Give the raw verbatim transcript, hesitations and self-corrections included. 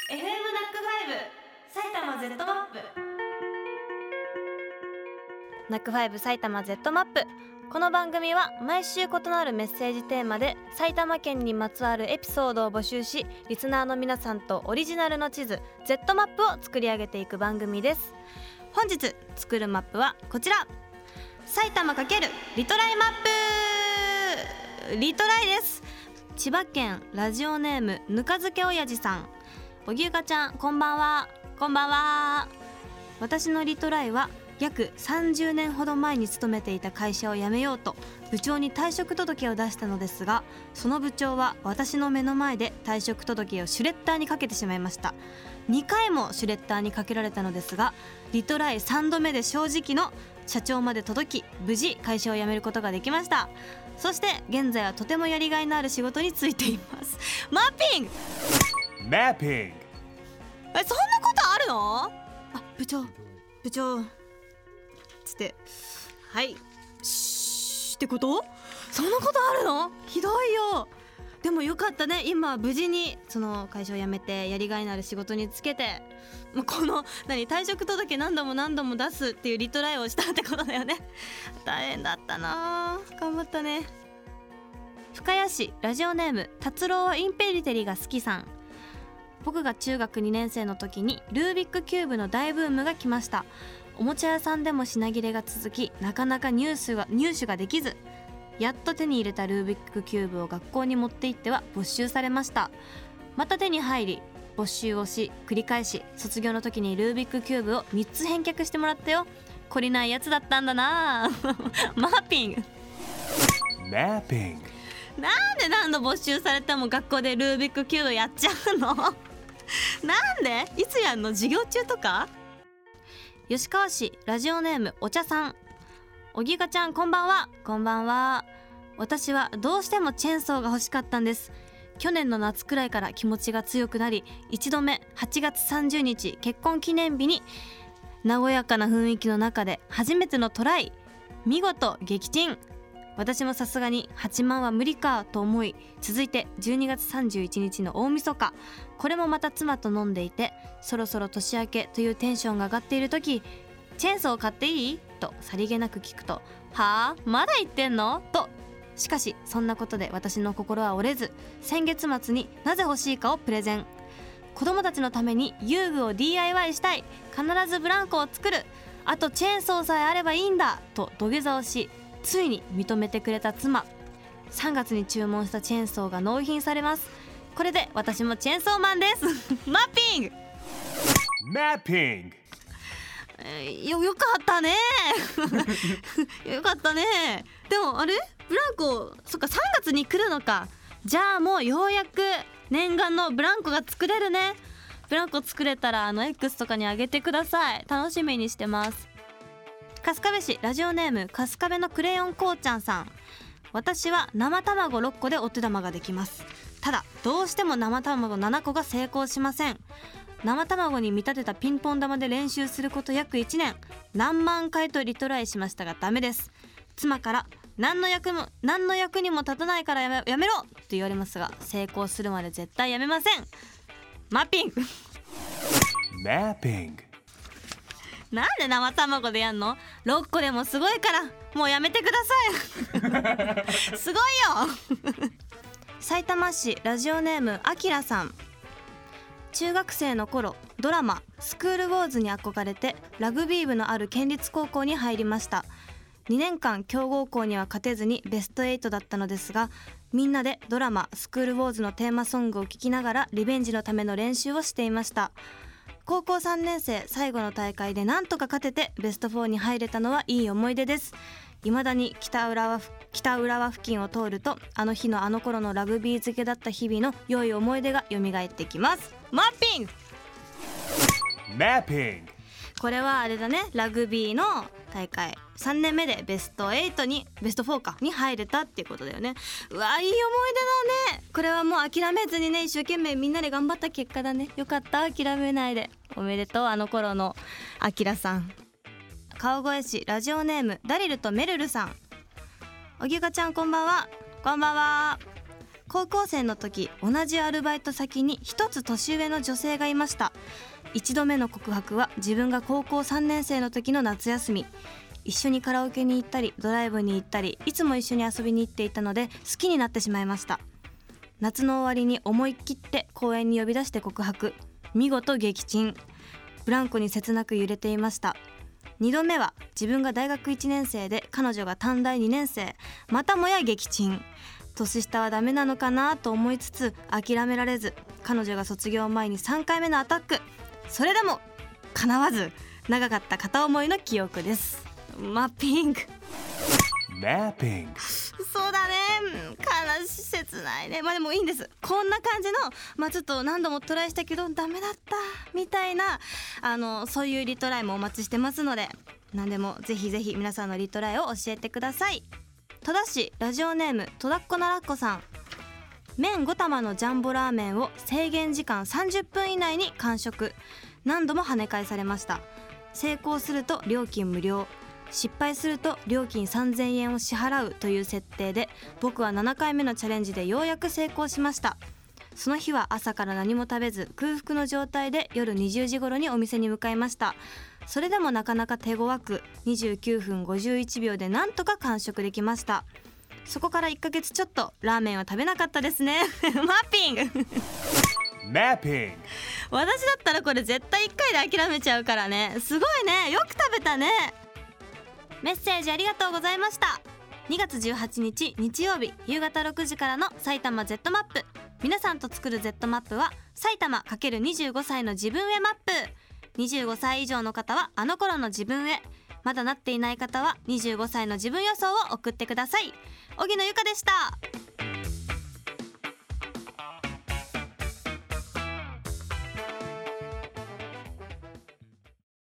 エフエム ナックファイブ埼玉 Z マップ。ナックファイブ埼玉 Z マップ。この番組は毎週異なるメッセージテーマで埼玉県にまつわるエピソードを募集し、リスナーの皆さんとオリジナルの地図 Z マップを作り上げていく番組です。本日作るマップはこちら、埼玉×リトライマップ。リトライです。千葉県ラジオネームぬか漬けおやじさん。おぎゅうかちゃん、こんばんは。こんばんは。私のリトライは約さんじゅうねんほど前に勤めていた会社を辞めようと部長に退職届を出したのですが、その部長は私の目の前で退職届をシュレッダーにかけてしまいました。にかいもシュレッダーにかけられたのですが、リトライさんどめで正直の社長まで届き、無事会社を辞めることができました。そして現在はとてもやりがいのある仕事に就いています。マッピングマッピング。 え、そんなことあるの？あ、部長部長つってはいシーってこと？そんなことあるの？ひどいよ。でもよかったね、今無事にその会社を辞めてやりがいのある仕事に就けて、もうこの何退職届何度も何度も出すっていうリトライをしたってことだよね。大変だったな、頑張ったね。深谷市ラジオネーム達郎はインペリテリが好きさん。僕が中学にねん生の時にルービックキューブの大ブームが来ました。おもちゃ屋さんでも品切れが続き、なかなか入手が入手ができず、やっと手に入れたルービックキューブを学校に持って行っては没収されました。また手に入り没収をし、繰り返し卒業の時にルービックキューブをみっつ返却してもらったよ。懲りないやつだったんだな。マッピングマッピング。 なんで何度没収されても学校でルービックキューブやっちゃうの？なんで？いつやんの？授業中とか？吉川市ラジオネームお茶さん。おぎがちゃん、こんばんは。こんばんは。私はどうしてもチェーンソーが欲しかったんです。去年の夏くらいから気持ちが強くなり、一度目はちがつさんじゅうにち結婚記念日に和やかな雰囲気の中で初めてのトライ、見事撃沈。私もさすがにはちまんは無理かと思い、続いてじゅうにがつさんじゅういちにちの大晦日、これもまた妻と飲んでいて、そろそろ年明けというテンションが上がっている時、チェーンソー買っていい？とさりげなく聞くと、はあまだ言ってんの？と。しかしそんなことで私の心は折れず、先月末になぜ欲しいかをプレゼン。子供たちのために遊具を ディーアイワイ したい、必ずブランコを作る、あとチェーンソーさえあればいいんだと土下座をし、ついに認めてくれた妻。さんがつに注文したチェーンソーが納品されます。これで私もチェーンソーマンです。マッピングマッピング。 えー、よ, よかったね。よかったね。でもあれブランコ、そっかさんがつに来るのか。じゃあもうようやく念願のブランコが作れるね。ブランコ作れたらあの X とかにあげてください。楽しみにしてます。春日部市ラジオネーム春日部のクレヨンこうちゃんさん。私は生卵ろっこでお手玉ができます。ただどうしても生卵ななこが成功しません。生卵に見立てたピンポン玉で練習すること約いちねん、何万回とリトライしましたがダメです。妻から何の役も何の役にも立たないからやめ、やめろと言われますが、成功するまで絶対やめません。マッピングマッピング。 なんで生卵でやんの？ろっこでもすごいからもうやめてください。すごいよ。埼玉市ラジオネームあきらさん。中学生の頃ドラマスクールウォーズに憧れてラグビー部のある県立高校に入りました。にねんかん強豪校には勝てずにベストはちだったのですが、みんなでドラマスクールウォーズのテーマソングを聴きながらリベンジのための練習をしていました。高校さんねん生最後の大会でなんとか勝ててベストよんに入れたのはいい思い出です。未だに北浦和、北浦和付近を通ると、あの日のあの頃のラグビー漬けだった日々の良い思い出が蘇ってきます。マッピングマッピング。 これはあれだね、ラグビーの大会さんねんめでベストはちにベストよんかに入れたっていうことだよね。うわ、いい思い出だね。これはもう諦めずにね、一生懸命みんなで頑張った結果だね。よかった、諦めないで。おめでとう、あの頃のあきらさん。川越市ラジオネームダリルとメルルさん。おぎゅかちゃん、こんばんは。こんばんは。 高校生の時、同じアルバイト先に一つ年上の女性がいました。一度目の告白は自分が高校さんねん生の時の夏休み。一緒にカラオケに行ったりドライブに行ったり、いつも一緒に遊びに行っていたので好きになってしまいました。夏の終わりに思い切って公園に呼び出して告白。見事撃沈。ブランコに切なく揺れていました。にどめは自分が大学いちねん生で彼女が短大にねん生。またもや撃沈。年下はダメなのかなと思いつつ諦められず、彼女が卒業前にさんかいめのアタック。それでも叶わず、長かった片思いの記憶です。マッピング。 Mapping. そうだね、悲しい、切ないね。まあでもいいんです。こんな感じの、まあちょっと何度もトライしたけどダメだったみたいな、あのそういうリトライもお待ちしてますので、何でもぜひぜひ皆さんのリトライを教えてください。戸田市ラジオネーム戸田っ子ならっこさん。麺ご玉のジャンボラーメンを制限時間さんじゅっぷん以内に完食。何度も跳ね返されました。成功すると料金無料、失敗すると料金さんぜんえんを支払うという設定で、僕はななかいめのチャレンジでようやく成功しました。その日は朝から何も食べず空腹の状態で夜にじゅうじ頃にお店に向かいました。それでもなかなか手強くにじゅうきゅうふんごじゅういちびょうでなんとか完食できました。そこからいっかげつちょっとラーメンは食べなかったですね。マッピング。 Mapping. 私だったらこれ絶対いっかいで諦めちゃうからね。すごいね、よく食べたね。メッセージありがとうございました。にがつじゅうはちにち日曜日夕方ろくじからの埼玉 Z マップ。皆さんと作る Z マップは埼玉×にじゅうごさいの自分へマップ。にじゅうごさい以上の方はあの頃の自分へ、まだなっていない方はにじゅうごさいの自分予想を送ってください。荻野由香でした。